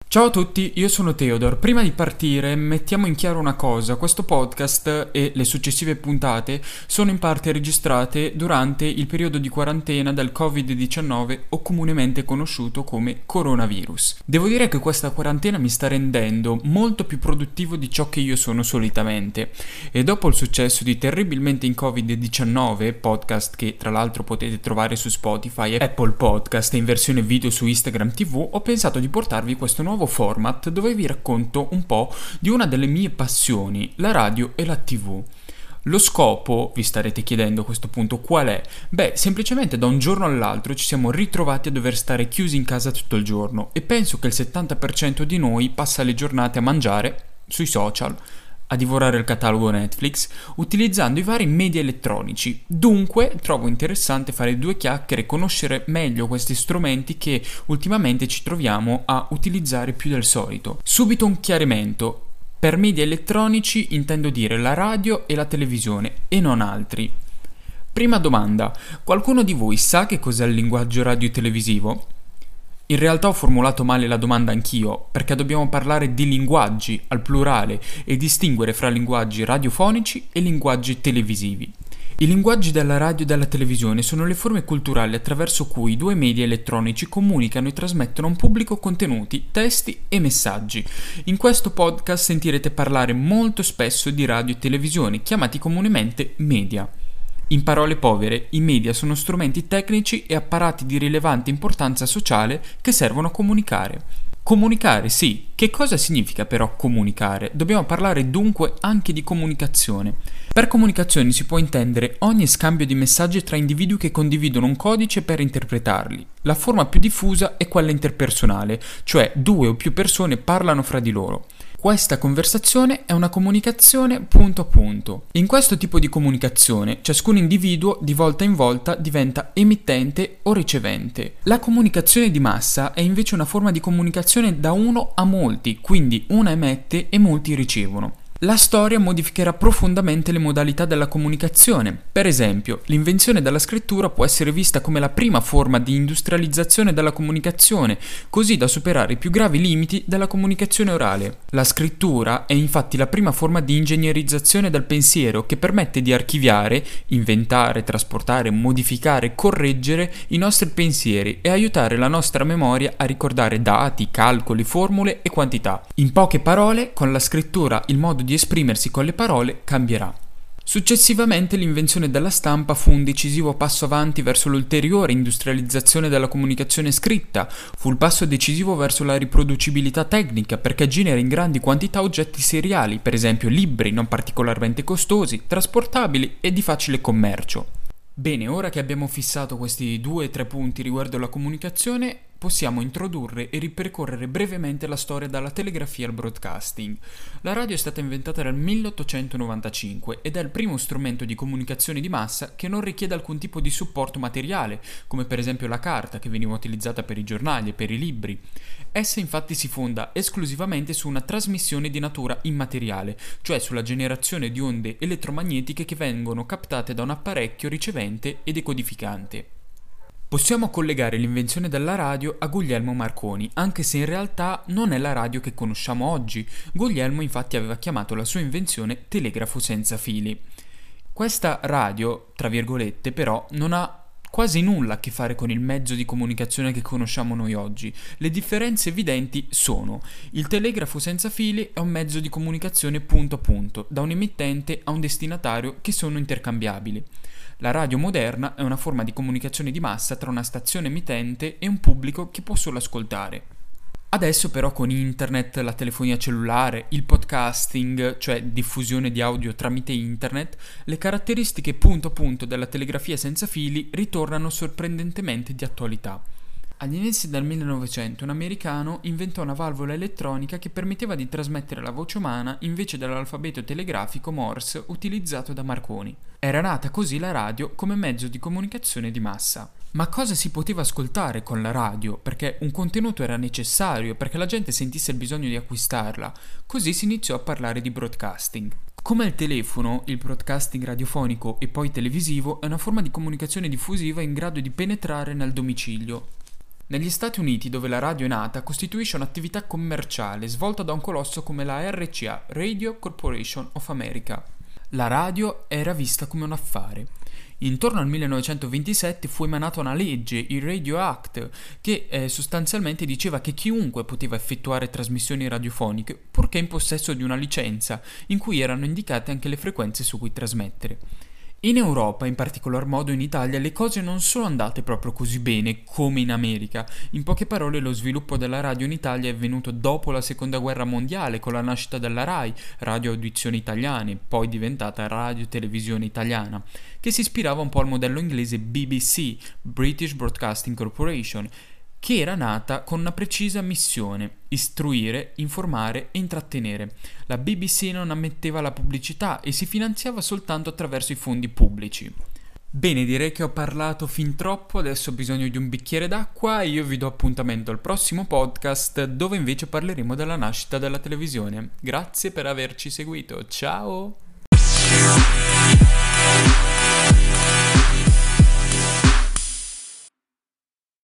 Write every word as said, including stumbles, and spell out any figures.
Ciao a tutti, io sono Theodore. Prima di partire mettiamo in chiaro una cosa: questo podcast e le successive puntate sono in parte registrate durante il periodo di quarantena del covid diciannove o comunemente conosciuto come coronavirus. Devo dire che questa quarantena mi sta rendendo molto più produttivo di ciò che io sono solitamente e dopo il successo di Terribilmente in covid diciannove, podcast che tra l'altro potete trovare su Spotify e Apple Podcast e in versione video su Instagram T V, ho pensato di portarvi questo nuovo format dove vi racconto un po' di una delle mie passioni, la radio e la tivù. Lo scopo, vi starete chiedendo a questo punto, qual è? Beh, semplicemente da un giorno all'altro ci siamo ritrovati a dover stare chiusi in casa tutto il giorno e penso che il settanta per cento di noi passa le giornate a mangiare sui social, a divorare il catalogo Netflix, utilizzando i vari media elettronici. Dunque, trovo interessante fare due chiacchiere e conoscere meglio questi strumenti che ultimamente ci troviamo a utilizzare più del solito. Subito un chiarimento. Per media elettronici intendo dire la radio e la televisione e non altri. Prima domanda: qualcuno di voi sa che cos'è il linguaggio radio-televisivo? In realtà ho formulato male la domanda anch'io, perché dobbiamo parlare di linguaggi al plurale e distinguere fra linguaggi radiofonici e linguaggi televisivi. I linguaggi della radio e della televisione sono le forme culturali attraverso cui i due media elettronici comunicano e trasmettono a un pubblico contenuti, testi e messaggi. In questo podcast sentirete parlare molto spesso di radio e televisione, chiamati comunemente media. In parole povere, i media sono strumenti tecnici e apparati di rilevante importanza sociale che servono a comunicare. Comunicare, sì. Che cosa significa però comunicare? Dobbiamo parlare dunque anche di comunicazione. Per comunicazione si può intendere ogni scambio di messaggi tra individui che condividono un codice per interpretarli. La forma più diffusa è quella interpersonale, cioè due o più persone parlano fra di loro. Questa conversazione è una comunicazione punto a punto. In questo tipo di comunicazione, ciascun individuo di volta in volta diventa emittente o ricevente. La comunicazione di massa è invece una forma di comunicazione da uno a molti, quindi una emette e molti ricevono. La storia modificherà profondamente le modalità della comunicazione. Per esempio, l'invenzione della scrittura può essere vista come la prima forma di industrializzazione della comunicazione, così da superare i più gravi limiti della comunicazione orale. La scrittura è infatti la prima forma di ingegnerizzazione del pensiero che permette di archiviare, inventare, trasportare, modificare, correggere i nostri pensieri e aiutare la nostra memoria a ricordare dati, calcoli, formule e quantità. In poche parole, con la scrittura il modo di di esprimersi con le parole cambierà. Successivamente l'invenzione della stampa fu un decisivo passo avanti verso l'ulteriore industrializzazione della comunicazione scritta, fu il passo decisivo verso la riproducibilità tecnica perché genera in grandi quantità oggetti seriali, per esempio libri non particolarmente costosi, trasportabili e di facile commercio. Bene, ora che abbiamo fissato questi due o tre punti riguardo la comunicazione, possiamo introdurre e ripercorrere brevemente la storia dalla telegrafia al broadcasting. La radio è stata inventata nel milleottocentonovantacinque ed è il primo strumento di comunicazione di massa che non richiede alcun tipo di supporto materiale, come per esempio la carta che veniva utilizzata per i giornali e per i libri. Essa infatti si fonda esclusivamente su una trasmissione di natura immateriale, cioè sulla generazione di onde elettromagnetiche che vengono captate da un apparecchio ricevente e decodificante. Possiamo collegare l'invenzione della radio a Guglielmo Marconi, anche se in realtà non è la radio che conosciamo oggi. Guglielmo infatti aveva chiamato la sua invenzione telegrafo senza fili. Questa radio, tra virgolette, però, non ha quasi nulla a che fare con il mezzo di comunicazione che conosciamo noi oggi. Le differenze evidenti sono: il telegrafo senza fili è un mezzo di comunicazione punto a punto, da un emittente a un destinatario che sono intercambiabili. La radio moderna è una forma di comunicazione di massa tra una stazione emittente e un pubblico che può solo ascoltare. Adesso però con internet, la telefonia cellulare, il podcasting, cioè diffusione di audio tramite internet, le caratteristiche punto a punto della telegrafia senza fili ritornano sorprendentemente di attualità. Agli inizi del millenovecento un americano inventò una valvola elettronica che permetteva di trasmettere la voce umana invece dell'alfabeto telegrafico Morse utilizzato da Marconi. Era nata così la radio come mezzo di comunicazione di massa. Ma cosa si poteva ascoltare con la radio? Perché un contenuto era necessario, perché la gente sentisse il bisogno di acquistarla. Così si iniziò a parlare di broadcasting. Come il telefono, il broadcasting radiofonico e poi televisivo è una forma di comunicazione diffusiva in grado di penetrare nel domicilio. Negli Stati Uniti, dove la radio è nata, costituisce un'attività commerciale svolta da un colosso come la R C A, Radio Corporation of America. La radio era vista come un affare. Intorno al millenovecentoventisette fu emanata una legge, il Radio Act, che eh, sostanzialmente diceva che chiunque poteva effettuare trasmissioni radiofoniche, purché in possesso di una licenza, in cui erano indicate anche le frequenze su cui trasmettere. In Europa, in particolar modo in Italia, le cose non sono andate proprio così bene come in America. In poche parole, lo sviluppo della radio in Italia è avvenuto dopo la Seconda Guerra Mondiale, con la nascita della RAI, Radio Audizioni Italiane, poi diventata Radio Televisione Italiana, che si ispirava un po' al modello inglese B B C, British Broadcasting Corporation, che era nata con una precisa missione: istruire, informare e intrattenere. La B B C non ammetteva la pubblicità e si finanziava soltanto attraverso i fondi pubblici. Bene, direi che ho parlato fin troppo, adesso ho bisogno di un bicchiere d'acqua e io vi do appuntamento al prossimo podcast, dove invece parleremo della nascita della televisione. Grazie per averci seguito, ciao!